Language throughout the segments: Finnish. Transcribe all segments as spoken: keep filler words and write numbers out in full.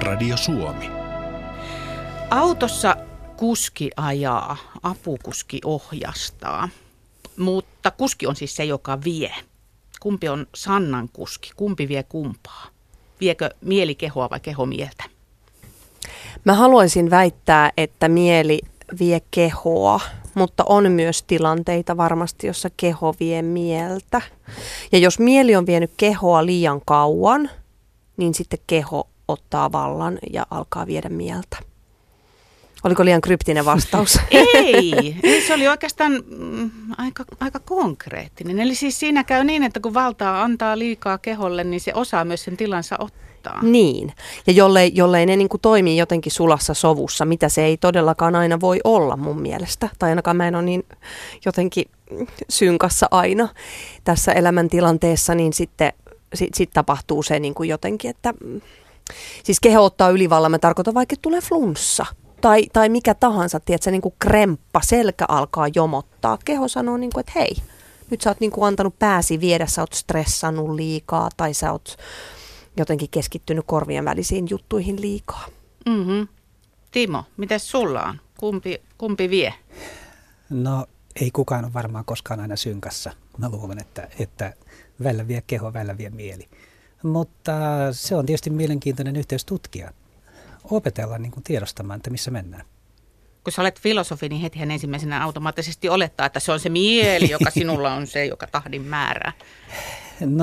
Yleisradio Suomi. Autossa kuski ajaa, apukuski ohjastaa, mutta kuski on siis se, joka vie. Kumpi on Sannan kuski? Kumpi vie kumpaa? Viekö mieli kehoa vai keho mieltä? Mä haluaisin väittää, että mieli vie kehoa, mutta on myös tilanteita varmasti, jossa keho vie mieltä. Ja jos mieli on vienyt kehoa liian kauan, niin sitten keho ottaa vallan ja alkaa viedä mieltä. Oliko liian kryptinen vastaus? Ei, ei, se oli oikeastaan mm, aika, aika konkreettinen. Eli siis siinä käy niin, että kun valtaa antaa liikaa keholle, niin se osaa myös sen tilansa ottaa. Niin, ja jollei, jollei ne niin kuin toimii jotenkin sulassa sovussa, mitä se ei todellakaan aina voi olla mun mielestä. Tai ainakaan mä en ole niin jotenkin synkassa aina tässä elämäntilanteessa, niin sitten sit, sit tapahtuu se niin kuin jotenkin, että siis keho ottaa ylivallan. Mä tarkoitan vaikka, että tulee flunssa. Tai, tai mikä tahansa, tiedätkö, niin kuin kremppa, selkä alkaa jomottaa. Keho sanoo, niin kuin, että hei, nyt sä oot niin kuin antanut pääsi viedä, sä oot stressannut liikaa tai sä oot jotenkin keskittynyt korvien välisiin juttuihin liikaa. Mm-hmm. Timo, mites sulla on? Kumpi, kumpi vie? No ei kukaan ole varmaan koskaan aina synkassa. Mä luulen, että, että välillä vie keho, välillä vie mieli. Mutta se on tietysti mielenkiintoinen yhteys tutkia. Opetella niin kuin tiedostamaan, että missä mennään. Kun sä olet filosofi, niin hetihän ensimmäisenä automaattisesti olettaa, että se on se mieli, joka sinulla on se, joka tahdin määrää. No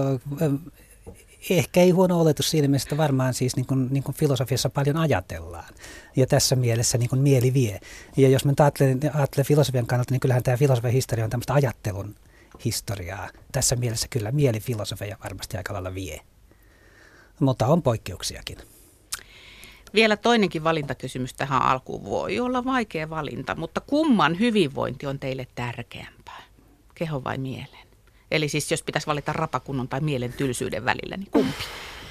ehkä ei huono oletus siinä mielessä, että varmaan siis niin kuin, niin kuin filosofiassa paljon ajatellaan. Ja tässä mielessä niin kuin mieli vie. Ja jos mä ajattelen, ajattelen filosofian kannalta, niin kyllähän tämä filosofian historia on tämmöistä ajattelun historiaa. Tässä mielessä kyllä mieli filosofia varmasti aika lailla vie. Mutta on poikkeuksiakin. Vielä toinenkin valintakysymys tähän alkuun. Voi olla vaikea valinta, mutta kumman hyvinvointi on teille tärkeämpää? Keho vai mielen? Eli siis jos pitäisi valita rapakunnon tai mielen tylsyyden välillä, niin kumpi?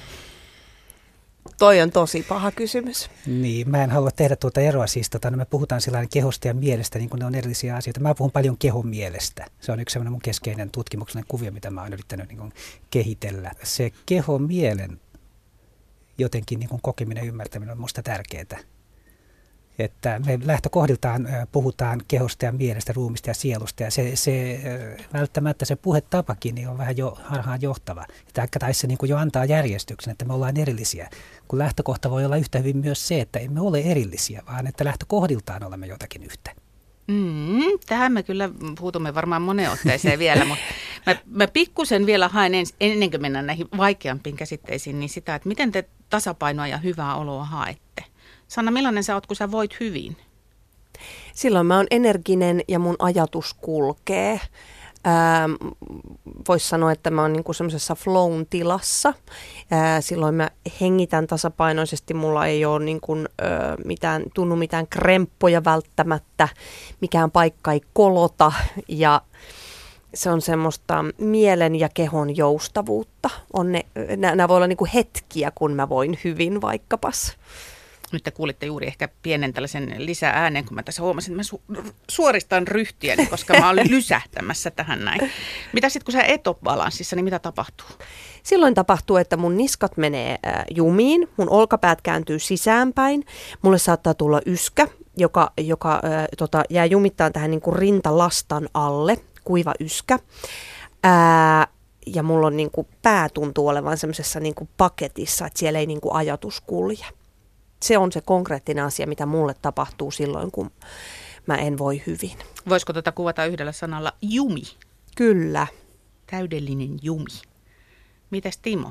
Toi on tosi paha kysymys. Niin, mä en halua tehdä tuota eroa. Siis tota, no me puhutaan sellainen kehosta ja mielestä, niin kuin ne on erillisiä asioita. Mä puhun paljon kehon mielestä. Se on yksi sellainen mun keskeinen tutkimuksellinen kuvio, mitä mä oon yrittänyt niin kuin kehitellä. Se kehon mielen jotenkin niin kuin kokeminen ja ymmärtäminen on musta tärkeää. Että me lähtökohdiltaan puhutaan kehosta ja mielestä, ruumista ja sielusta, ja se, se välttämättä se puhetapakin niin on vähän jo harhaan johtava. Tai se niin kuin jo antaa järjestyksen, että me ollaan erillisiä, kun lähtökohta voi olla yhtä hyvin myös se, että emme ole erillisiä, vaan että lähtökohdiltaan olemme jotakin yhtä. Mm, tähän me kyllä puutumme varmaan moneen otteeseen vielä, mutta mä, mä pikkusen vielä haen ens, ennen kuin mennään näihin vaikeampiin käsitteisiin, niin sitä, että miten te tasapainoa ja hyvää oloa haette. Sanna, millainen sä oot, kun sä voit hyvin? Silloin mä oon energinen ja mun ajatus kulkee. Ähm, Voisi sanoa, että mä oon niinku semmoisessa flown tilassa. Ää, silloin mä hengitän tasapainoisesti, mulla ei ole niinku, ö, mitään, tunnu mitään kremppoja välttämättä, mikään paikka ei kolota ja se on semmoista mielen ja kehon joustavuutta. On ne, nämä voi olla niinku hetkiä, kun mä voin hyvin vaikkapas. Nyt te kuulitte juuri ehkä pienen tällaisen lisäänen, kun mä tässä huomasin, että mä su- suoristan ryhtiäni, koska mä olen lysähtämässä tähän näin. Mitä sitten, kun sä et ole balanssissa, niin mitä tapahtuu? Silloin tapahtuu, että mun niskat menee äh, jumiin, mun olkapäät kääntyy sisäänpäin, mulle saattaa tulla yskä, joka, joka äh, tota, jää jumittaan tähän niin kuin rintalastan alle, kuiva yskä. Ää, ja mulla on niin kuin, pää tuntuu olevan semmoisessa niin kuin paketissa, että siellä ei niin kuin, ajatus kulje. Se on se konkreettinen asia, mitä mulle tapahtuu silloin, kun mä en voi hyvin. Voisiko tätä kuvata yhdellä sanalla jumi? Kyllä. Täydellinen jumi. Mites Timo?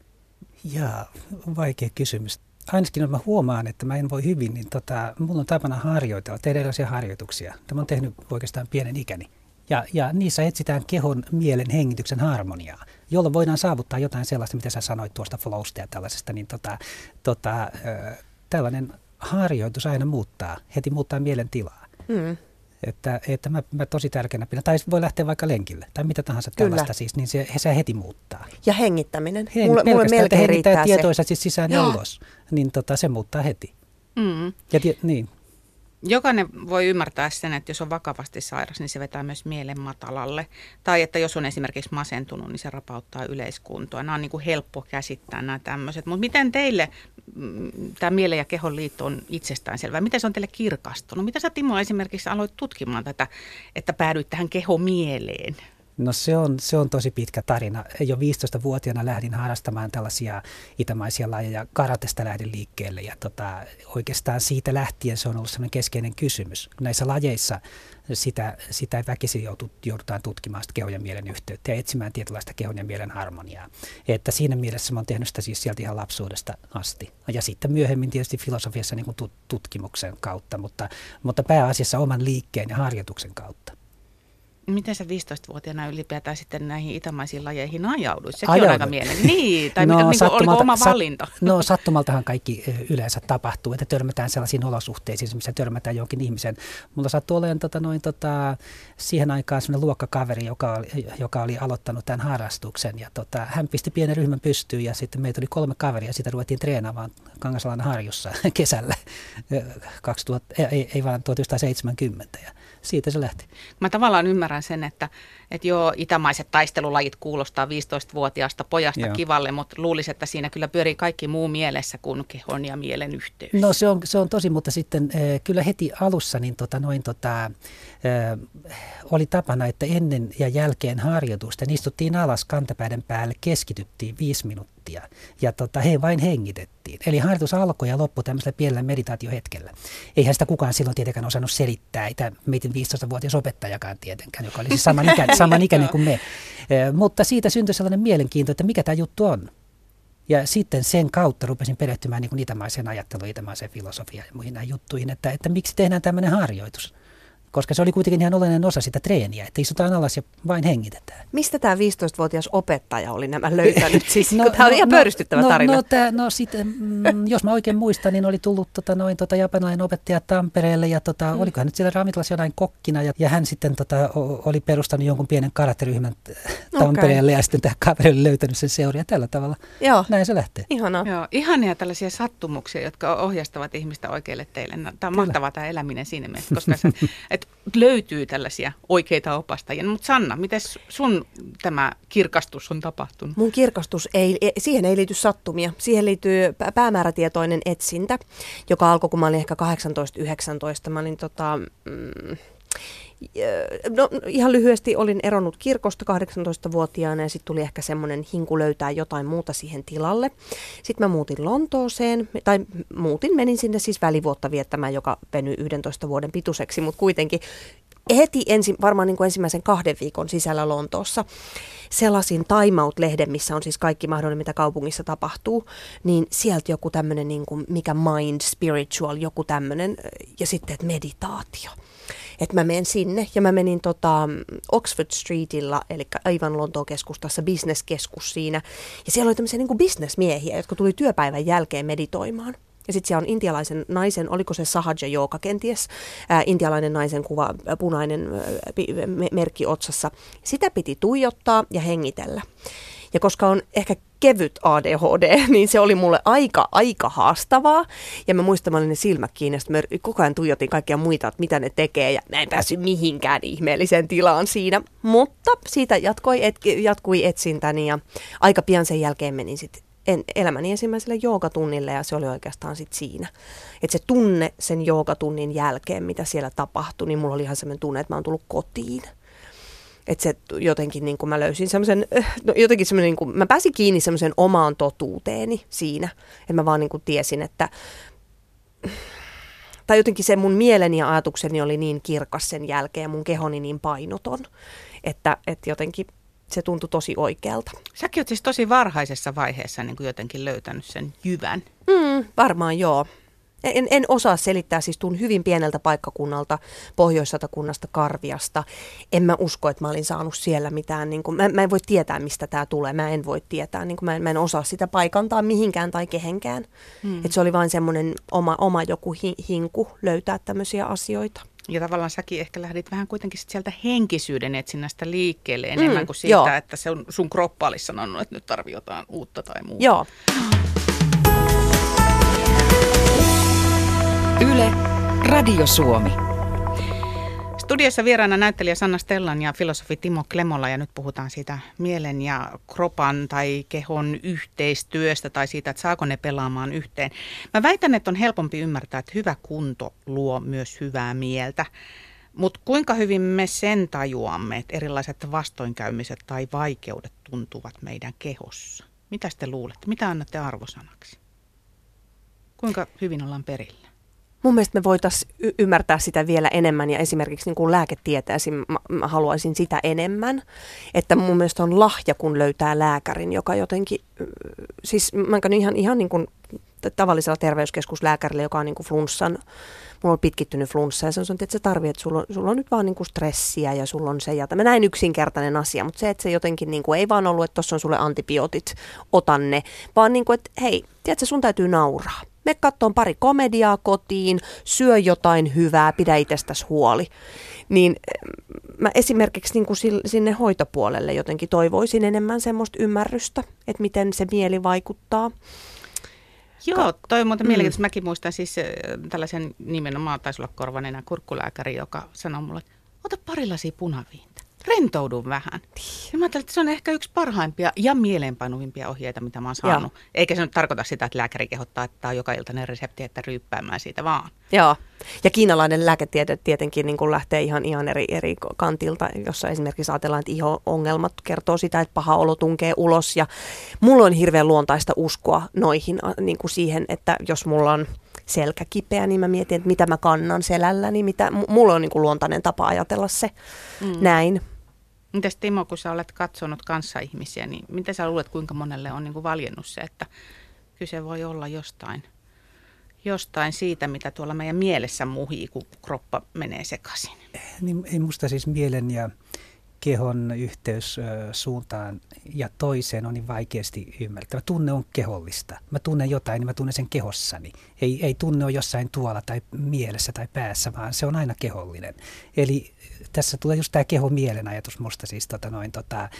Jaa, vaikea kysymys. Ainakin jos mä huomaan, että mä en voi hyvin, niin tota, mulla on tapana harjoitella, tehdä erilaisia harjoituksia. Tämä on tehnyt oikeastaan pienen ikäni. Ja, ja niissä etsitään kehon, mielen, hengityksen harmoniaa, jolloin voidaan saavuttaa jotain sellaista, mitä sä sanoit tuosta flowsta ja tällaisesta, niin tota, tota, ö, tällainen harjoitus aina muuttaa, heti muuttaa mielen tilaa. Mm. Että, että mä, mä tosi tärkeänä pidän, tai voi lähteä vaikka lenkille, tai mitä tahansa tällaista Kyllä. siis, niin se, se heti muuttaa. Ja hengittäminen. Heng, mulle, mulle melkein riittää se. Tietoisesti sisään ja ulos, niin tota, se muuttaa heti. Mm. Ja tie, niin. Jokainen voi ymmärtää sen, että jos on vakavasti sairas, niin se vetää myös mielen matalalle. Tai että jos on esimerkiksi masentunut, niin se rapauttaa yleiskuntoa. Nämä on niin kuin helppo käsittää nämä tämmöiset. Mutta miten teille tämä mielen ja kehon liitto on itsestäänselvää? Miten se on teille kirkastunut? Mitä sä, Timo, esimerkiksi aloit tutkimaan tätä, että päädyit tähän kehomieleen? No se on, se on tosi pitkä tarina. Jo viisitoistavuotiaana lähdin harrastamaan tällaisia itämaisia lajeja. Karatesta lähdin liikkeelle ja tota, oikeastaan siitä lähtien se on ollut sellainen keskeinen kysymys. Näissä lajeissa sitä, sitä väkisin joudutaan tutkimaan sitä kehon ja mielen yhteyttä ja etsimään tietynlaista kehon ja mielen harmoniaa. Että siinä mielessä mä oon tehnyt sitä siis sieltä ihan lapsuudesta asti. Ja sitten myöhemmin tietysti filosofiassa niin kuin tutkimuksen kautta, mutta, mutta pääasiassa oman liikkeen ja harjoituksen kautta. Miten sä viisitoistavuotiaana ylipäätään sitten näihin itämaisiin lajeihin ajauduit? Sekin Ajaudun. on aika mielenkiintoista. Niin, tai no, niin kuin, oliko oma valinta? Sat, no sattumaltahan kaikki yleensä tapahtuu, että törmätään sellaisiin olosuhteisiin, missä törmätään jonkin ihmisen. Mulla sattui olemaan tota, noin, tota, siihen aikaan sellainen luokkakaveri, joka oli, joka oli aloittanut tämän harrastuksen. Ja, tota, hän pisti pienen ryhmän pystyyn ja sitten meitä oli kolme kaveria ja sitä ruvettiin treenaamaan Kangasalan harjussa kesällä kaksituhatta, ei, ei vaan tuhatyhdeksänsataaseitsemänkymmentä ja siitä se lähti. Mä tavallaan ymmärrän sen, että, että joo, itämaiset taistelulajit kuulostaa viisitoistavuotiaasta pojasta joo. kivalle, mutta luulisin, että siinä kyllä pyörii kaikki muu mielessä kuin kehon ja mielen yhteys. No se on, se on tosi, mutta sitten äh, kyllä heti alussa niin tota, noin, tota, äh, oli tapana, että ennen ja jälkeen harjoitusten istuttiin alas kantapäiden päälle, keskityttiin viisi minuuttia ja tota, he vain hengitettiin. Eli harjoitus alkoi ja loppui tämmöisellä pienellä meditaatiohetkellä. Eihän sitä kukaan silloin tietenkään osannut selittää, ei tämä meidän viisitoistavuotias opettajakaan tietenkään, joka oli siis samanikäinen, samanikäinen kuin me. E, mutta siitä syntyi sellainen mielenkiinto, että mikä tämä juttu on. Ja sitten sen kautta rupesin perehtymään niin kuin itämaiseen ajatteluun, itämaiseen filosofiaan ja muihin näihin juttuihin, että, että miksi tehdään tämmöinen harjoitus. Koska se oli kuitenkin ihan olennainen osa sitä treeniä, että istutaan alas ja vain hengitetään. Mistä tämä viisitoistavuotias opettaja oli nämä löytänyt? Siis, no, tämä on no, ihan pöyristyttävä no, tarina. No, tää, no sit, mm, jos mä oikein muistan, niin oli tullut tota, noin, tota, japanilainen opettaja Tampereelle ja tota, mm. olikohan nyt siellä ravintolassa jonain kokkina. Ja, ja hän sitten tota, oli perustanut jonkun pienen karateryhmän Tampereelle okay. ja sitten tämä kaveri oli löytänyt sen seuria tällä tavalla. Joo. Näin se lähtee. Ihanaa. Joo, ihania tällaisia sattumuksia, jotka ohjastavat ihmistä oikealle teille. Tämä on Kyllä. mahtavaa tämä eläminen siinä mielessä, koska se, että löytyy tällaisia oikeita opastajia. Mutta Sanna, miten sun tämä kirkastus on tapahtunut? Mun kirkastus, ei, siihen ei liity sattumia. Siihen liittyy päämäärätietoinen etsintä, joka alkoi, kun mä olin ehkä kahdeksantoista yhdeksäntoista. Mä olin tota... Mm, No, ihan lyhyesti olin eronnut kirkosta kahdeksantoistavuotiaana ja sitten tuli ehkä semmoinen hinku löytää jotain muuta siihen tilalle. Sitten mä muutin Lontooseen, tai muutin, menin sinne siis välivuotta viettämään, joka venyi yhdentoista vuoden pituiseksi, mutta kuitenkin heti ensi, varmaan niin kuin ensimmäisen kahden viikon sisällä Lontoossa selasin Time Out-lehden, missä on siis kaikki mahdollinen, mitä kaupungissa tapahtuu, niin sieltä joku tämmöinen, niin kuin mikä mind, spiritual, joku tämmöinen, ja sitten että meditaatio. Että mä menen sinne ja mä menin tota Oxford Streetillä, eli aivan Lontoon keskustassa, business-keskus siinä. Ja siellä oli tämmöisiä niin kuin businessmiehiä, jotka tuli työpäivän jälkeen meditoimaan. Ja sitten siellä on intialaisen naisen, oliko se Sahaja Jooga kenties, ää, intialainen naisen kuva, punainen ää, me- merkki otsassa. Sitä piti tuijottaa ja hengitellä. Ja koska on ehkä kevyt A D H D, niin se oli mulle aika, aika haastavaa. Ja mä muistan, mä olin ne silmät kiinni, ja mä koko ajan tuijotin kaikkia muita, että mitä ne tekee. Ja mä en päässyt mihinkään ihmeelliseen tilaan siinä. Mutta siitä jatkoi, et, jatkui etsintäni ja aika pian sen jälkeen menin sitten en, elämäni ensimmäiselle joogatunnille ja se oli oikeastaan sitten siinä. Että se tunne sen joogatunnin jälkeen, mitä siellä tapahtui, niin mulla oli ihan sellainen tunne, että mä oon tullut kotiin. Että se jotenkin niin kuin mä löysin semmoisen, no jotenkin semmoinen, niin kuin, mä pääsin kiinni semmoisen omaan totuuteeni siinä. Että mä vaan niin kuin tiesin, että, tai jotenkin se mun mieleni ja ajatukseni oli niin kirkas sen jälkeen ja mun kehoni niin painoton, että, että jotenkin se tuntui tosi oikealta. Säkin oot siis tosi varhaisessa vaiheessa niin kuin jotenkin löytänyt sen jyvän. Mm, varmaan joo. En, en osaa selittää, siis tuun hyvin pieneltä paikkakunnalta, Pohjois-Satakunnasta, Karviasta. En mä usko, että mä olin saanut siellä mitään, niin kuin, mä, mä en voi tietää, mistä tämä tulee, mä en voi tietää, niin kuin, mä, en, mä en osaa sitä paikantaa mihinkään tai kehenkään. Hmm. Että se oli vain semmoinen oma, oma joku hi, hinku löytää tämmöisiä asioita. Ja tavallaan säkin ehkä lähdit vähän kuitenkin sit sieltä henkisyyden etsinnästä liikkeelle enemmän mm, kuin siitä, joo. että se on, sun kroppa olisi sanonut, että nyt tarvii jotain uutta tai muuta. Joo. Yle, Radio Suomi. Studiossa vieraana näyttelijä Sanna Stellan ja filosofi Timo Klemola, ja nyt puhutaan siitä mielen ja kropan tai kehon yhteistyöstä tai siitä, että saako ne pelaamaan yhteen. Mä väitän, että on helpompi ymmärtää, että hyvä kunto luo myös hyvää mieltä. Mutta kuinka hyvin me sen tajuamme, että erilaiset vastoinkäymiset tai vaikeudet tuntuvat meidän kehossa? Mitä te luulette? Mitä annatte arvosanaksi? Kuinka hyvin ollaan perillä? Mun mielestä me voitaisiin y- ymmärtää sitä vielä enemmän ja esimerkiksi niin kuin lääketieteessä mä, mä haluaisin sitä enemmän. Että mun mielestä on lahja, kun löytää lääkärin, joka jotenkin, siis mä käyn ihan, ihan niin kuin tavallisella terveyskeskuslääkärillä, joka on niin kuin flunssan, mulla on pitkittynyt flunssa ja se on, että se tarvii, että sulla on, sulla on nyt vaan niin kuin stressiä ja sulla on se ja tämä näin yksinkertainen asia, mutta se, että se jotenkin niin kuin ei vaan ollut, että tuossa on sulle antibiootit, ota ne, vaan niin kuin, että hei, tiedätkö, sun täytyy nauraa. Me katsotaan pari komediaa kotiin, syö jotain hyvää, pidä itsestäsi huoli. Niin mä esimerkiksi niin kuin sinne hoitopuolelle jotenkin toivoisin enemmän semmoista ymmärrystä, että miten se mieli vaikuttaa. Joo, toi on muuten mm. mielenkiintoista. Mäkin muistan siis tällaisen nimenomaan, taisi olla korvanenä kurkkulääkäri, joka sanoi mulle, että ota pari lasia punaviintä. Rentoudun vähän. Ja mä ajattelin, että se on ehkä yksi parhaimpia ja mieleenpainuvimpia ohjeita, mitä mä oon saanut. Joo. Eikä se nyt tarkoita sitä, että lääkäri kehottaa, että tämä on joka iltainen resepti, että ryyppäämään siitä vaan. Joo. Ja kiinalainen lääketiede tietenkin niin kuin lähtee ihan, ihan eri, eri kantilta, jossa esimerkiksi ajatellaan, että iho-ongelmat kertoo sitä, että paha olo tunkee ulos. Ja mulla on hirveän luontaista uskoa noihin niin kuin siihen, että jos mulla on selkä kipeä, niin mä mietin, että mitä mä kannan selälläni, mitä, mulla on niin kuin luontainen tapa ajatella se mm. näin. Mites Timo, kun sä olet katsonut kanssaihmisiä, niin miten sä luulet, kuinka monelle on niin kuin valjennut se, että kyse voi olla jostain, jostain siitä, mitä tuolla meidän mielessä muhii, kun kroppa menee sekaisin? Niin, ei musta siis mielen ja kehon yhteys suuntaan ja toiseen on niin vaikeasti ymmärrettävä. Tunne on kehollista. Mä tunnen jotain, niin mä tunnen sen kehossani. Ei, ei tunne ole jossain tuolla tai mielessä tai päässä, vaan se on aina kehollinen. Eli tässä tulee just tämä keho-mielen ajatus musta siis tota noin tota...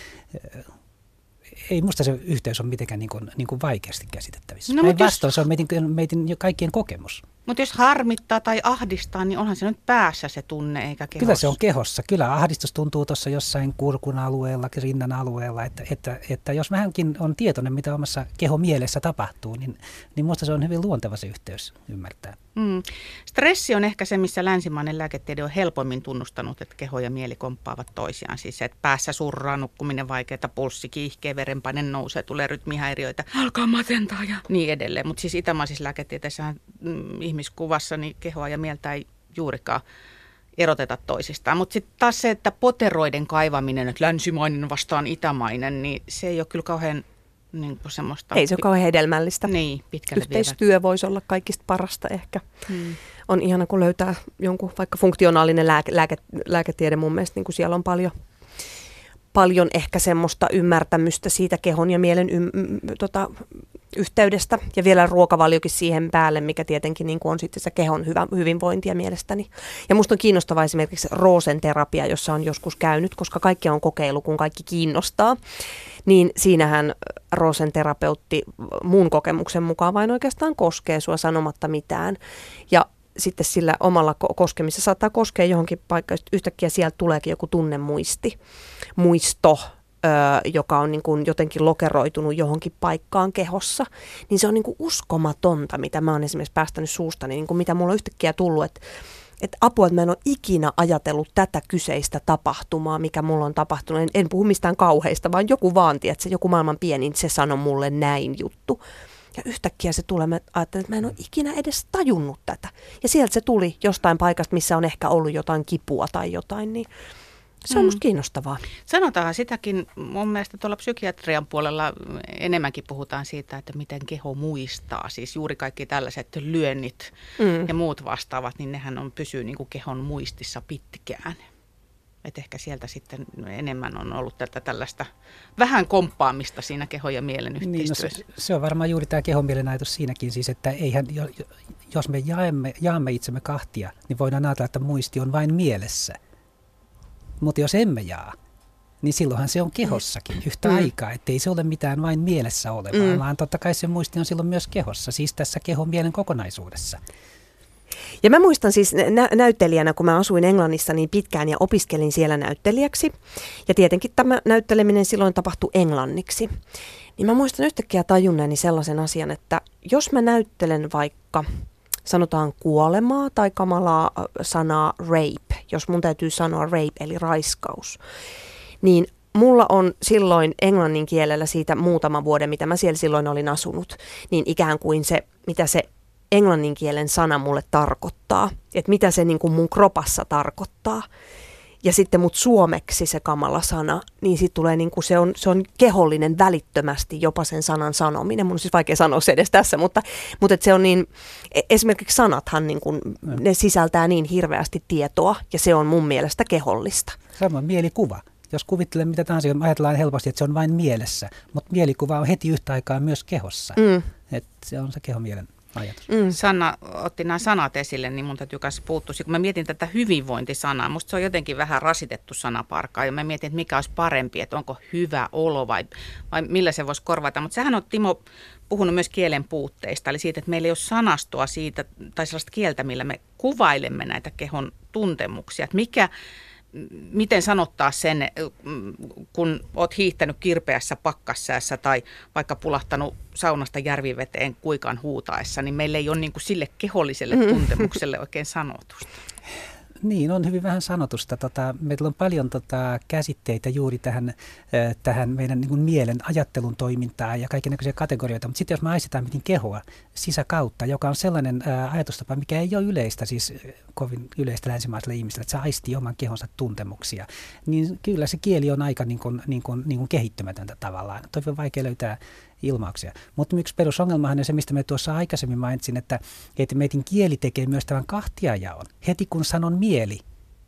Ei musta se yhteys ole mitenkään niin kuin, niin kuin vaikeasti käsitettävissä. No, Päinvastoin jos... se on meidän, meidän kaikkien kokemus. Mutta jos harmittaa tai ahdistaa, niin onhan se nyt päässä se tunne eikä kehossa. Kyllä se on kehossa. Kyllä ahdistus tuntuu tuossa jossain kurkun alueella, rinnan alueella. Että, että, että jos vähänkin on tietoinen, mitä omassa kehomielessä tapahtuu, niin, niin musta se on hyvin luonteva se yhteys ymmärtää. Mm. Stressi on ehkä se, missä länsimainen lääketiede on helpommin tunnustanut, että keho ja mieli komppaavat toisiaan. Siis se, että päässä surraa, nukkuminen vaikeaa, pulssi kiihkeä, verenpaine nousee, tulee rytmihäiriöitä, alkaa masentaa ja niin edelleen. Mutta siis itämaisissa lääketieteessä mm, ihmiskuvassa niin kehoa ja mieltä ei juurikaan eroteta toisistaan. Mutta sitten taas se, että poteroiden kaivaminen, että länsimainen vastaan itämainen, niin se ei ole kyllä kauhean niin semmoista. Ei se ole kauhean hedelmällistä. Niin, pitkälle Yhteistyö viedä. Voisi olla kaikista parasta ehkä. Hmm. On ihana, kun löytää jonkun vaikka funktionaalinen lääke, lääke, lääketiede mun mielestä, niin kuin siellä on paljon, paljon ehkä semmoista ymmärtämystä siitä kehon ja mielen ym, tota, yhteydestä. Ja vielä ruokavaliokin siihen päälle, mikä tietenkin niin kuin on sitten se kehon hyvä, hyvinvointia mielestäni. Ja musta on kiinnostavaa esimerkiksi Rosen-terapia, jossa on joskus käynyt, koska kaikki on kokeilu, kun kaikki kiinnostaa. Niin siinähän Rosen-terapeutti mun kokemuksen mukaan vain oikeastaan koskee sua sanomatta mitään. Ja sitten sillä omalla koskemissa saattaa koskea johonkin paikkaan, yhtäkkiä sieltä tuleekin joku tunnemuisti, muisto, Öö, joka on niin kuin jotenkin lokeroitunut johonkin paikkaan kehossa, niin se on niin kuin uskomatonta, mitä mä oon esimerkiksi päästänyt suustani, niin kuin mitä mulla on yhtäkkiä tullut, että, että apua, että mä en ole ikinä ajatellut tätä kyseistä tapahtumaa, mikä mulla on tapahtunut. En, en puhu mistään kauheista, vaan joku vaan, että se joku maailman pienin, se sanoi mulle näin juttu. Ja yhtäkkiä se tulee, mä ajattelin, että mä en ole ikinä edes tajunnut tätä. Ja sieltä se tuli jostain paikasta, missä on ehkä ollut jotain kipua tai jotain, niin se on musta kiinnostavaa. Sanotaan sitäkin, mun mielestä tuolla psykiatrian puolella enemmänkin puhutaan siitä, että miten keho muistaa. Siis juuri kaikki tällaiset lyönnit mm. ja muut vastaavat, niin nehän on pysyy niin kuin kehon muistissa pitkään. Et ehkä sieltä sitten enemmän on ollut tätä tällaista vähän komppaamista siinä kehon ja mielen yhteistyössä. Niin, no se, se on varmaan juuri tämä kehon mielen ajatus siinäkin siis, että eihän, jos me jaamme, jaamme itsemme kahtia, niin voidaan ajatella, että muisti on vain mielessä. Mutta jos emme jaa, niin silloinhan se on kehossakin yhtä mm. aikaa, ettei se ole mitään vain mielessä olevaa, mm. vaan totta kai se muisti on silloin myös kehossa, siis tässä kehon mielen kokonaisuudessa. Ja mä muistan siis nä- näyttelijänä, kun mä asuin Englannissa niin pitkään ja opiskelin siellä näyttelijäksi. Ja tietenkin tämä näytteleminen silloin tapahtui englanniksi. Niin mä muistan yhtäkkiä tajunneeni sellaisen asian, että jos mä näyttelen vaikka sanotaan kuolemaa tai kamalaa sanaa rape, jos mun täytyy sanoa rape eli raiskaus, niin mulla on silloin englannin kielellä siitä muutama vuoden, mitä mä siellä silloin olin asunut, niin ikään kuin se, mitä se englannin kielen sana mulle tarkoittaa, että mitä se niin kuin mun kropassa tarkoittaa. Ja sitten mut suomeksi se kamala sana, niin sitten tulee niin kuin se on, se on kehollinen välittömästi jopa sen sanan sanominen. Mun on siis vaikea sanoa se edes tässä, mutta, mutta et se on niin, esimerkiksi sanathan niin kuin, ne sisältää niin hirveästi tietoa ja se on mun mielestä kehollista. Samoin mielikuva. Jos kuvittelee mitä tahansa, ajatellaan helposti, että se on vain mielessä, mutta mielikuva on heti yhtä aikaa myös kehossa. Mm. Että se on se kehomielen ajatus. Mm. Sanna otti nämä sanat esille, niin mun täytyy kanssa puuttua. Kun mä mietin tätä hyvinvointisanaa, musta se on jotenkin vähän rasitettu sanaparkkaa. Ja mä mietin, että mikä olisi parempi, että onko hyvä olo vai, vai millä se voisi korvata. Mutta sähän on, Timo, puhunut myös kielen puutteista. Eli siitä, että meillä ei ole sanastoa siitä, tai sellaista kieltä, millä me kuvailemme näitä kehon tuntemuksia. Että mikä... Miten sanottaa sen, kun olet hiihtänyt kirpeässä pakkassäässä tai vaikka pulahtanut saunasta järviveteen kuikan huutaessa, niin meillä ei ole niin kuin sille keholliselle tuntemukselle oikein sanotusta. Niin, on hyvin vähän sanotusta. Tota, meillä on paljon tota, käsitteitä juuri tähän, äh, tähän meidän niin kuin mielen ajattelun toimintaan ja kaikennäköisiä kategorioita. Mutta sitten jos me aistetaan miten kehoa sisäkautta, joka on sellainen äh, ajatustapa, mikä ei ole yleistä, siis kovin yleistä länsimaiselle ihmiselle, että se aistii oman kehonsa tuntemuksia, niin kyllä se kieli on aika niin kuin, niin kuin, niin kuin kehittymätöntä tavallaan. Toi on vaikea löytää ilmauksia. Mutta yksi perusongelmahan on se, mistä me tuossa aikaisemmin mainitsin, että, että meidän kieli tekee myös tämän kahtiajaon. Heti kun sanon mieli,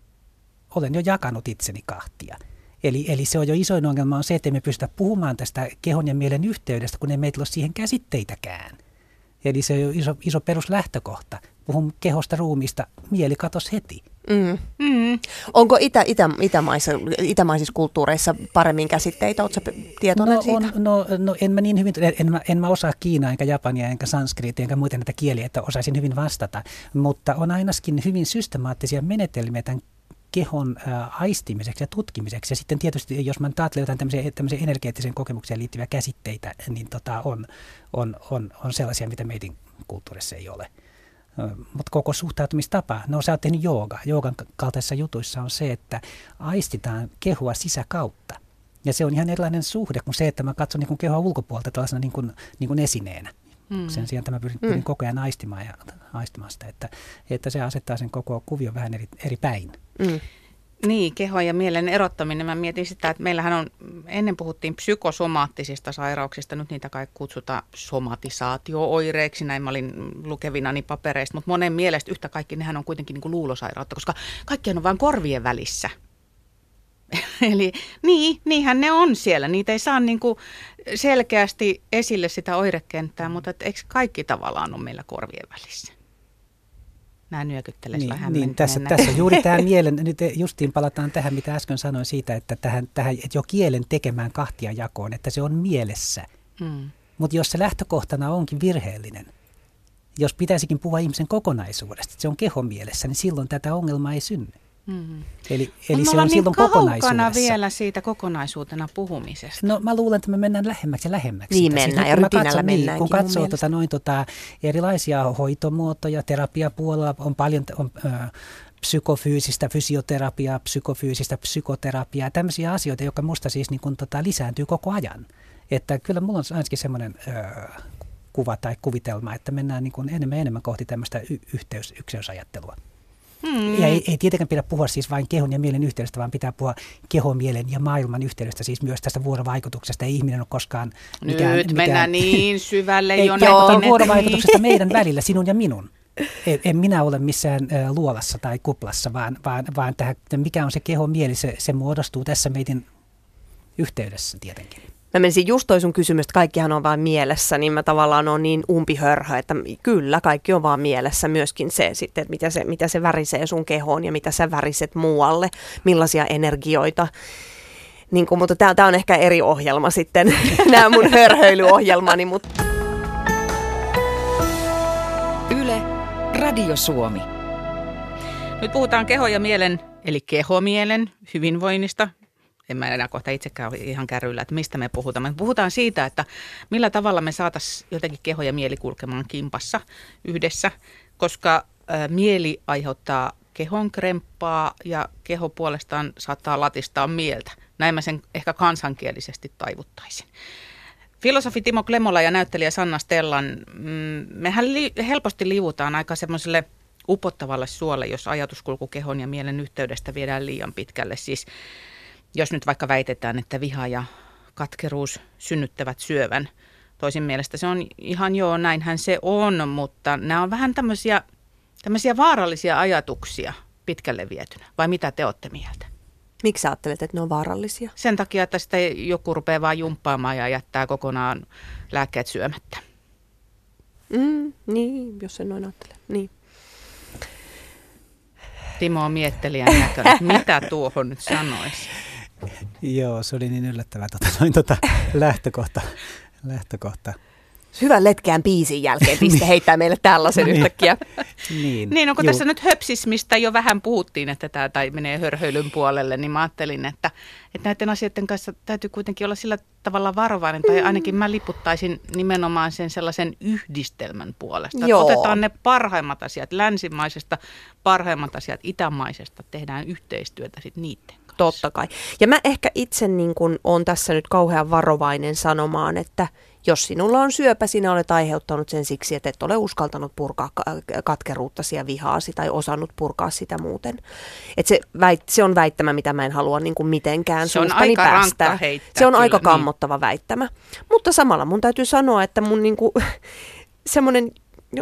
olen jo jakanut itseni kahtia. Eli, eli se on jo isoin ongelma on se, että me pystytä puhumaan tästä kehon ja mielen yhteydestä, kun ei meillä ole siihen käsitteitäkään. Eli se on jo iso, iso peruslähtökohta. Puhun kehosta, ruumiista, mieli katosi heti. Mm. Mm. Onko itä, itä, itämaisissa, itämaisissa kulttuureissa paremmin käsitteitä? Oletko tietoinen no, siitä? On, no, no en mä niin hyvin, en, en, mä, en mä osaa kiinaa, enkä japania, enkä sanskriitia, enkä muita näitä kieliä, että osaisin hyvin vastata. Mutta on ainakin hyvin systemaattisia menetelmiä tämän kehon äh, aistimiseksi ja tutkimiseksi. Ja sitten tietysti, jos mä ajattelen jotain tämmöisiä, tämmöisiä energeettiseen kokemukseen liittyviä käsitteitä, niin tota, on, on, on, on sellaisia, mitä meidän kulttuurissa ei ole. Mutta koko suhtautumistapa, no sä oot tehnyt joogaa. Joogan kaltaisissa jutuissa on se, että aistitaan kehoa sisäkautta. Ja se on ihan erilainen suhde kuin se, että mä katson niin kehoa ulkopuolelta tällaisena niin kuin, niin kuin esineenä. Mm. Sen sijaan että mä pyrin, pyrin koko ajan aistimaan, ja, aistimaan sitä, että, että se asettaa sen koko kuvion vähän eri, eri päin. Mm. Niin, kehon ja mielen erottaminen. Mä mietin sitä, että meillähän on, ennen puhuttiin psykosomaattisista sairauksista, nyt niitä kai kutsutaan somatisaatio-oireiksi, näin mä olin lukevinani papereista, mutta monen mielestä yhtä kaikki nehän on kuitenkin niin kuin luulosairautta, koska kaikki on vain korvien välissä. Eli niin, niinhän ne on siellä, niitä ei saa niin kuin selkeästi esille sitä oirekenttää, mutta et eikö kaikki tavallaan ole meillä korvien välissä? Nämä nyökyttelesi niin, vähän niin, tässä, tässä juuri tämä mielen, nyt justiin palataan tähän, mitä äsken sanoin siitä, että, tähän, tähän, että jo kielen tekemään kahtia jakoon, että se on mielessä. Mm. Mutta jos se lähtökohtana onkin virheellinen, jos pitäisikin puhua ihmisen kokonaisuudesta, että se on kehon mielessä, niin silloin tätä ongelmaa ei synny. Mm-hmm. Eli, eli se on niin silloin kokonaisuudessa. Vielä siitä kokonaisuutena puhumisesta. No mä luulen, että me mennään lähemmäksi ja lähemmäksi. Niin mennään siis, ja rytinällä mennäänkin. Niin, kun katsoo tota, noin, tota, erilaisia hoitomuotoja, terapiapuolella on paljon on, ö, psykofyysistä fysioterapiaa, psykofyysistä psykoterapiaa, tämmöisiä asioita, jotka musta siis niin kun, tota, lisääntyy koko ajan. Että kyllä mulla on ainakin semmoinen ö, kuva tai kuvitelma, että mennään niin kun enemmän ja enemmän kohti tämmöistä y- yhteys, ykseysajattelua. Hmm. Ja ei, ei tietenkään pidä puhua siis vain kehon ja mielen yhteydestä, vaan pitää puhua kehon, mielen ja maailman yhteydestä, siis myös tästä vuorovaikutuksesta. Ei ihminen ole koskaan mikään... Nyt mikään, mennään niin syvälle ei, jo. Joo, vuorovaikutuksesta meidän välillä, sinun ja minun. En, en minä ole missään ä, luolassa tai kuplassa, vaan, vaan, vaan tähän, mikä on se kehon mieli, se, se muodostuu tässä meidän yhteydessä tietenkin. Mä menisin just toi sun kysymys, että kaikkihan on vain mielessä, niin mä tavallaan on niin umpihörhö, että kyllä kaikki on vaan mielessä, myöskin se sitten, että mitä se, mitä se värisee sun kehoon ja mitä sä väriset muualle, millaisia energioita. Niin kuin, mutta tää, tää on ehkä eri ohjelma sitten, nämä mun hörhöilyohjelmani. Mutta... Yle, Radio Suomi. Nyt puhutaan kehon ja mielen, eli kehomielen hyvinvoinnista. En mä enää kohta itsekään ole ihan kärryillä, että mistä me puhutaan. Me puhutaan siitä, että millä tavalla me saataisiin jotenkin keho ja mieli kulkemaan kimpassa yhdessä, koska ä, mieli aiheuttaa kehon kremppaa ja keho puolestaan saattaa latistaa mieltä. Näin mä sen ehkä kansankielisesti taivuttaisin. Filosofi Timo Klemola ja näyttelijä Sanna Stellan, mm, mehän li- helposti liuutaan aika semmoiselle upottavalle suolle, jos ajatuskulku kehon ja mielen yhteydestä viedään liian pitkälle. Siis jos nyt vaikka väitetään, että viha ja katkeruus synnyttävät syövän. Toisin mielestä se on ihan joo, näinhän se on, mutta nämä on vähän tämmöisiä, tämmöisiä vaarallisia ajatuksia pitkälle vietynä. Vai mitä te olette mieltä? Miksi ajattelet, että ne on vaarallisia? Sen takia, että sitä joku rupeaa vaan jumppaamaan ja jättää kokonaan lääkkeet syömättä. Mm, niin, jos sen noin ajattelee. Niin. Timo on miettelijän näköinen. Mitä tuohon nyt sanoisi? Joo, se oli niin yllättävää tota, noin, tota, lähtökohta. lähtökohta. Hyvän letkeän biisin jälkeen piste heittää meille tällaisen yhtäkkiä. Niin, niin onko juu. tässä nyt höpsismistä jo vähän puhuttiin, että tämä tai menee hörhöilyn puolelle, niin mä ajattelin, että, että näiden asioiden kanssa täytyy kuitenkin olla sillä tavalla varovainen, tai ainakin mä liputtaisin nimenomaan sen sellaisen yhdistelmän puolesta. Että otetaan ne parhaimmat asiat länsimaisesta, parhaimmat asiat itämaisesta, tehdään yhteistyötä sitten niiden kanssa. Totta kai. Ja mä ehkä itse niin kun on tässä nyt kauhean varovainen sanomaan, että jos sinulla on syöpä, sinä olet aiheuttanut sen siksi, että et ole uskaltanut purkaa katkeruuttasi ja vihaasi tai osannut purkaa sitä muuten. Et se, väit, se on väittämä, mitä mä en halua niin kuin mitenkään se suustani päästä. Heittää, se on kyllä, aika niin. kammottava väittämä. Mutta samalla mun täytyy sanoa, että mun niin kuin, semmoinen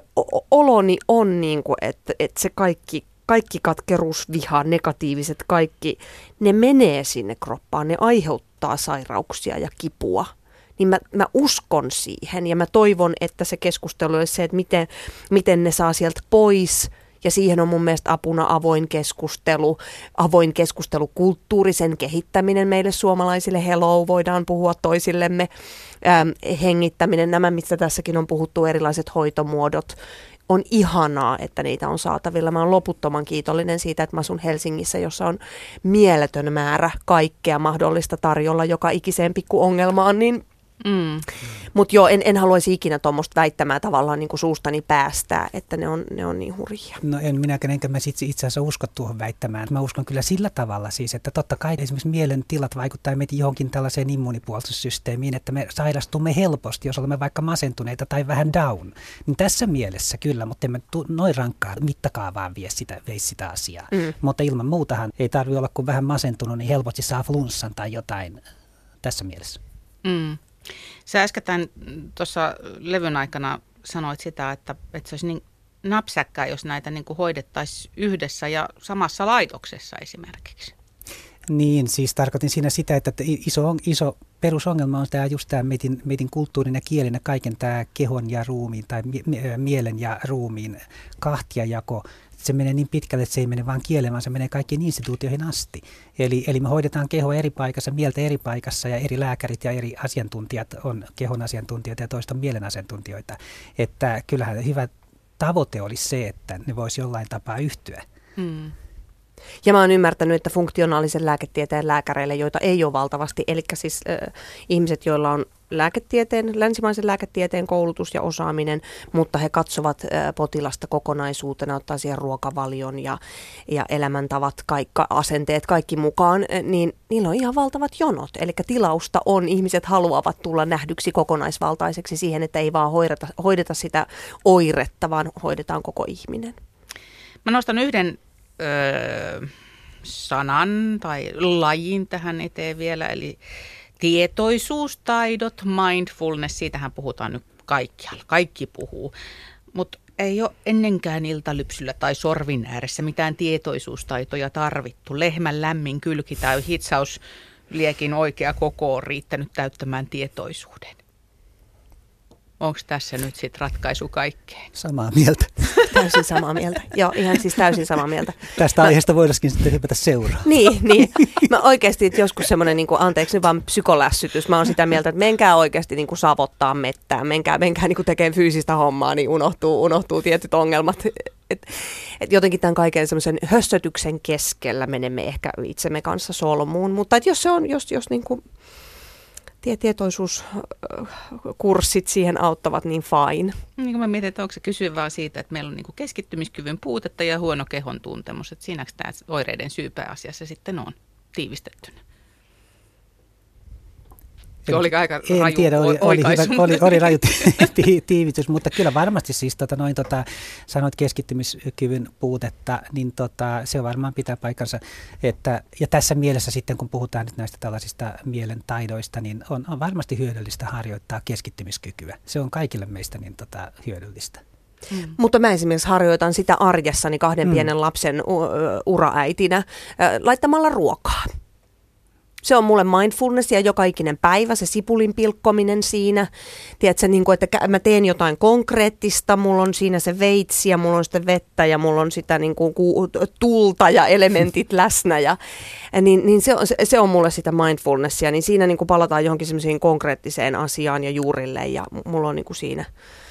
oloni on, niin kuin, että, että se kaikki, kaikki katkeruus, viha, negatiiviset kaikki, ne menee sinne kroppaan, ne aiheuttaa sairauksia ja kipua. Niin mä, mä uskon siihen ja mä toivon, että se keskustelu olisi se, että miten, miten ne saa sieltä pois. Ja siihen on mun mielestä apuna avoin keskustelu, avoin keskustelu, kulttuurisen kehittäminen meille suomalaisille. Hello, voidaan puhua toisillemme, ähm, hengittäminen, nämä mistä tässäkin on puhuttu, erilaiset hoitomuodot. On ihanaa, että niitä on saatavilla. Mä oon loputtoman kiitollinen siitä, että mä asun Helsingissä, jossa on mieletön määrä kaikkea mahdollista tarjolla joka ikiseen pikku ongelmaan, niin Mm. Mutta joo, en, en haluaisi ikinä tuommoista väittämää tavallaan niin kuin suustani päästää, että ne on, ne on niin hurjia. No en minäkään, enkä mä itse asiassa usko tuohon väittämään. Mä uskon kyllä sillä tavalla siis, että totta kai esimerkiksi mielen tilat vaikuttaa meitä johonkin tällaiseen immuunipuolustussysteemiin, että me sairastumme helposti, jos olemme vaikka masentuneita tai vähän down. Niin tässä mielessä kyllä, mutta emme tu- noin rankkaa mittakaavaan vie sitä, veisi sitä asiaa. Mm. Mutta ilman muutahan ei tarvitse olla, kun vähän masentunut, niin helposti saa flunssan tai jotain tässä mielessä. Mm. Sä äskettäin tuossa levyn aikana sanoit sitä, että, että se olisi niin napsäkkää, jos näitä niin kuin hoidettaisiin yhdessä ja samassa laitoksessa esimerkiksi. Niin, siis tarkoitin siinä sitä, että iso, iso perusongelma on tämä just tämä meitin, meitin kulttuurin ja kielen ja kaiken tämä kehon ja ruumiin tai mie- mielen ja ruumiin kahtiajako. Se menee niin pitkälle, että se ei mene vain kieleen, vaan se menee kaikkiin instituutioihin asti. Eli, eli me hoidetaan kehoa eri paikassa, mieltä eri paikassa ja eri lääkärit ja eri asiantuntijat on kehon asiantuntijoita ja toista mielen asiantuntijoita. Että kyllähän hyvä tavoite olisi se, että ne voisi jollain tapaa yhtyä. Mm. Ja mä oon ymmärtänyt, että funktionaalisen lääketieteen lääkäreille, joita ei ole valtavasti, eli siis äh, ihmiset, joilla on lääketieteen, länsimaisen lääketieteen koulutus ja osaaminen, mutta he katsovat äh, potilasta kokonaisuutena, ottaa siihen ruokavalion ja, ja elämäntavat, kaikka, asenteet, kaikki mukaan, äh, niin niillä on ihan valtavat jonot. Eli tilausta on, ihmiset haluavat tulla nähdyksi kokonaisvaltaiseksi siihen, että ei vaan hoideta, hoideta sitä oiretta, vaan hoidetaan koko ihminen. Mä nostan yhden Öö, sanan tai lajin tähän eteen vielä, eli tietoisuustaidot, mindfulness, siitähän puhutaan nyt kaikkialla, kaikki puhuu, mutta ei ole ennenkään iltalypsyllä tai sorvin ääressä mitään tietoisuustaitoja tarvittu. Lehmän lämmin kylki tai hitsausliekin oikea koko on riittänyt täyttämään tietoisuuden. Onko tässä nyt sitten ratkaisu kaikkeen? Samaa mieltä. Täysin samaa mieltä. Joo, ihan siis täysin samaa mieltä. Tästä aiheesta voitaisiin sitten hypätä seuraan. Niin, niin. Mä oikeasti, että joskus semmoinen, niin kuin, anteeksi nyt vaan psykolässytys, mä oon sitä mieltä, että menkää oikeasti niin kuin savottaa mettään, menkää, menkää niin kuin tekemään fyysistä hommaa, niin unohtuu, unohtuu tietyt ongelmat. Et, et jotenkin tämän kaiken semmoisen hössötyksen keskellä menemme ehkä itsemme kanssa solmuun, mutta et jos se on, jos, jos niin kuin tietoisuuskurssit siihen auttavat, niin fine. Niin kuin mä mietin, että onko se kysyä vaan siitä, että meillä on niin kuin keskittymiskyvyn puutetta ja huono kehon tuntemus, että siinäkö tämä oireiden syy pääasiassa sitten on tiivistettynä. Se oli aika en raju tiedä, oli, oli, hyvä, oli, oli raju tiivitys, mutta kyllä varmasti siis tota, noin, tota, sanoit keskittymiskyvyn puutetta, niin tota, se varmaan pitää paikkansa. Että, ja tässä mielessä sitten, kun puhutaan nyt näistä tällaisista mielen taidoista, niin on, on varmasti hyödyllistä harjoittaa keskittymiskykyä. Se on kaikille meistä niin, tota, hyödyllistä. Mm. Mutta mä esimerkiksi harjoitan sitä arjessani kahden mm. pienen lapsen u- uraäitinä äh, laittamalla ruokaa. Se on mulle mindfulness ja joka ikinen päivä, se sipulin pilkkominen siinä. Tiedätkö, niin kuin, että mä teen jotain konkreettista, mulla on siinä se veitsi ja mulla on sitä vettä ja mulla on sitä niin kuin, tulta ja elementit läsnä. Ja, niin, niin se, on, se on mulle sitä mindfulnessia, niin siinä niin kuin palataan johonkin semmoiseen konkreettiseen asiaan ja juurille ja mulla on niin kuin siinä.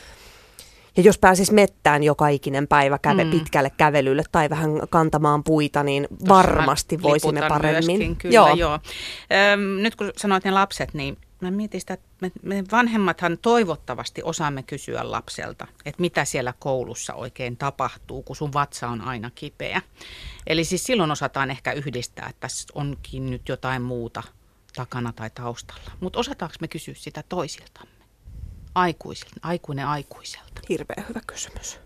Ja jos pääsisi mettään joka ikinen päivä käve, mm. pitkälle kävelylle tai vähän kantamaan puita, niin tossa varmasti voisimme paremmin. Myöskin, kyllä, joo. Joo. Öm, nyt kun sanoit ne lapset, niin mä mietin sitä, että me, me vanhemmathan toivottavasti osaamme kysyä lapselta, että mitä siellä koulussa oikein tapahtuu, kun sun vatsa on aina kipeä. Eli siis silloin osataan ehkä yhdistää, että tässä onkin nyt jotain muuta takana tai taustalla. Mutta osataanko me kysyä sitä toisiltamme? Aikuisilta, aikuinen aikuiselta. Hirveän hyvä kysymys.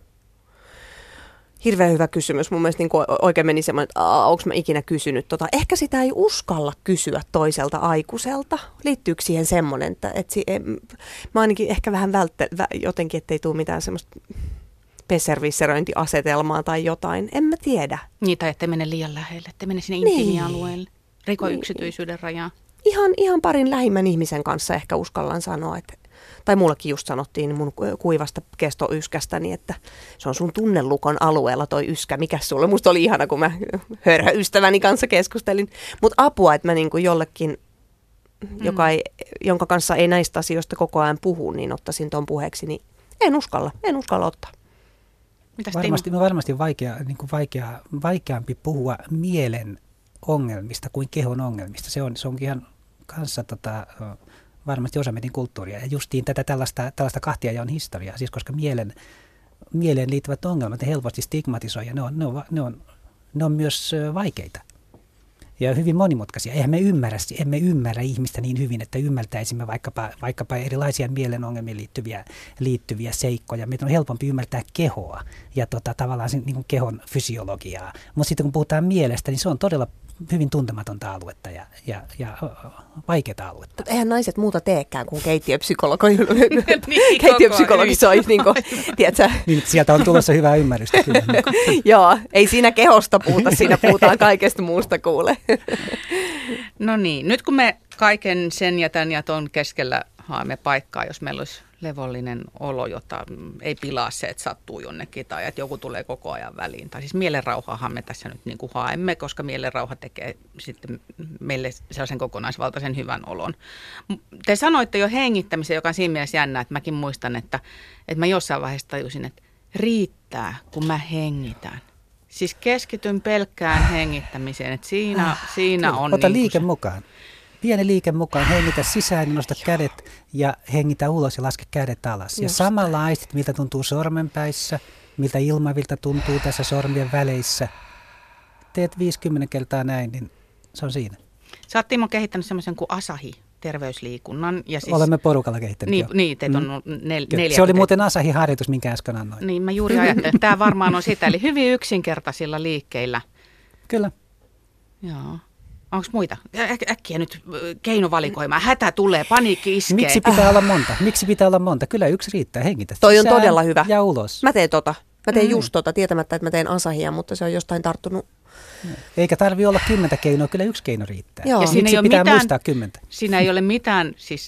Hirveän hyvä kysymys. Mun mielestä niin oikein meni semmoinen, että onko mä ikinä kysynyt tota. Ehkä sitä ei uskalla kysyä toiselta aikuiselta. Liittyykö siihen semmoinen, että, että si, em, mä ainakin ehkä vähän välttelen jotenkin, ettei tule mitään semmoista pesservisseröintiasetelmaa tai jotain. En mä tiedä. Niin, tai ettei mene liian lähelle, ettei mene sinne niin. intiimialueelle. Riko niin. Yksityisyyden rajaa. Ihan, ihan parin lähimmän ihmisen kanssa ehkä uskallan sanoa, että tai mullekin just sanottiin mun kuivasta kestoyskästäni, että se on sun tunnelukon alueella toi yskä. Mikäs sulle? Musta oli ihana, kun mä hörhöystäväni kanssa keskustelin. Mutta apua, että mä niinku jollekin, mm. joka ei, jonka kanssa ei näistä asioista koko ajan puhu, niin ottaisin ton puheeksi, niin en uskalla. En uskalla ottaa. Mitäs varmasti, varmasti vaikea, niin kuin vaikea, vaikeampi puhua mielen ongelmista kuin kehon ongelmista. Se on, se onkin ihan kanssa tota, varmasti osa meidän kulttuuria ja justiin tätä tällaista, tällaista kahtiajaon historiaa, siis koska mielen, mieleen liittyvät ongelmat ne helposti stigmatisoi ja ne on, ne on, ne on, ne on myös vaikeita ja hyvin monimutkaisia. Eihän me ymmärrä, emme ymmärrä ihmistä niin hyvin, että ymmärtäisimme vaikkapa, vaikkapa erilaisia mielen ongelmiin liittyviä, liittyviä seikkoja. Meidän on helpompi ymmärtää kehoa ja tota, tavallaan sen, niin kuin kehon fysiologiaa, mutta sitten kun puhutaan mielestä, niin se on todella hyvin tuntematonta aluetta ja, ja, ja vaikeaa aluetta. Mutta eihän naiset muuta teekään kuin keittiöpsykologi, niin, keittiöpsykologisoi, niin kuin, tiedätkö? Niin, sieltä on tulossa hyvää ymmärrystä. Kyllä. Joo, ei siinä kehosta puhuta, siinä puhutaan kaikesta muusta kuule. No niin, nyt kun me kaiken sen ja tämän ja ton keskellä haemme paikkaa, jos meillä olisi levollinen olo, jota ei pilaa se, että sattuu jonnekin tai että joku tulee koko ajan väliin. Tai siis mielenrauhaahan me tässä nyt niin kuin haemme, koska mielenrauha tekee sitten meille sellaisen kokonaisvaltaisen hyvän olon. Te sanoitte jo hengittämisen, joka on siinä mielessä jännä, että mäkin muistan, että, että mä jossain vaiheessa tajusin, että riittää, kun mä hengitän. Siis keskityn pelkkään hengittämiseen, että siinä, siinä on... Ota niin liike se... mukaan. Pieni liike mukaan, hengitä sisään ja nosta kädet ja hengitä ulos ja laske kädet alas. Ja samalla aistit, miltä tuntuu sormenpäissä, miltä ilmavilta tuntuu tässä sormien väleissä. Teet viisikymmentä kertaa näin, niin se on siinä. Sä oot, Timo, kehittänyt semmoisen kuin Asahi terveysliikunnan. Ja siis, olemme porukalla kehittäneet. Niin, niin teitä on mm. nel, neljä. Se oli muuten Asahi-harjoitus, minkä äsken annoin. Niin, mä juuri ajattelin, että tämä varmaan on sitä. Eli hyvin yksinkertaisilla liikkeillä. Kyllä. Joo. Onko muita? Äk- äkkiä nyt keinovalikoimaan. Hätä tulee, paniikki iskee. Miksi pitää olla monta? Miksi pitää olla monta? Kyllä yksi riittää. Hengitä toi on todella hyvä. Ja ulos. Mä teen tota. Mä teen mm. just tota, tietämättä, että mä teen Asahia, mutta se on jostain tarttunut. Eikä tarvitse olla kymmentä keinoa, kyllä yksi keino riittää. Joo. Ja miksi pitää mitään, muistaa kymmentä? Siinä ei ole mitään siis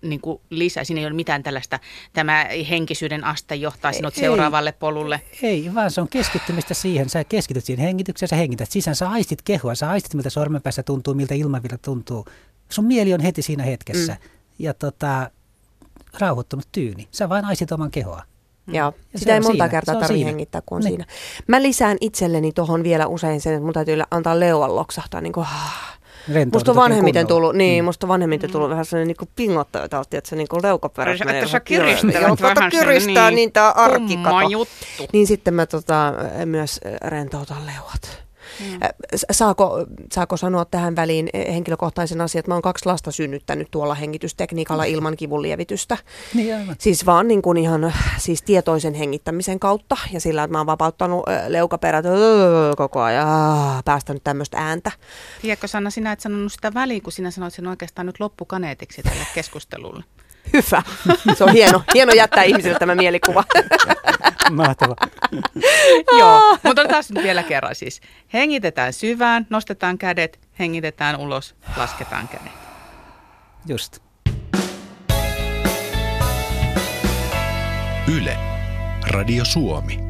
niin kuin lisää. Siinä ei ole mitään tällaista, tämä henkisyyden aste johtaa sinut ei, seuraavalle polulle. Ei, vaan se on keskittymistä siihen. Sä keskityt siihen hengitykseen, sä hengität sisään, sä aistit kehua, sä aistit miltä sormenpäässä tuntuu, miltä ilmavilla tuntuu. Sun mieli on heti siinä hetkessä. Mm. Ja tota, rauhoittunut tyyni. Sä vain aistit oman kehoa. Joo, ja sitä ei monta siinä. kertaa tarvitse hengittää, kun on niin. siinä. Mä lisään itselleni tuohon vielä usein sen, että mun täytyy antaa leuan loksahtaa niin kuin, musta on vanhemmiten tullut, niin, mm. musta on vanhemmiten tullut vähän sellainen niin kuin pingottaja tauti, että se niin kuin leukaperät menee vähän kiristää. Vähän kiristää, niin, niin tää arkki kato. Niin sitten mä tota, myös rentoutan leuat. Mm. Saako, saako sanoa tähän väliin henkilökohtaisen asian, että mä oon kaksi lasta synnyttänyt tuolla hengitystekniikalla ilman kivun lievitystä. Niin aivan. Siis vaan niin kuin ihan siis tietoisen hengittämisen kautta ja sillä, että mä oon vapauttanut leukaperät öö, koko ajan, päästänyt tämmöistä ääntä. Tiedätkö Sanna, sinä et sanonut sitä väliin, kun sinä sanoit sen oikeastaan nyt loppukaneetiksi tälle keskustelulle. Hyvä. Se on hieno, hieno jättää ihmisille tämä mielikuva. Mahtava. Joo, mutta otetaan nyt vielä kerran siis. Hengitetään syvään, nostetaan kädet, hengitetään ulos, lasketaan kädet. Just. Yle, Radio Suomi.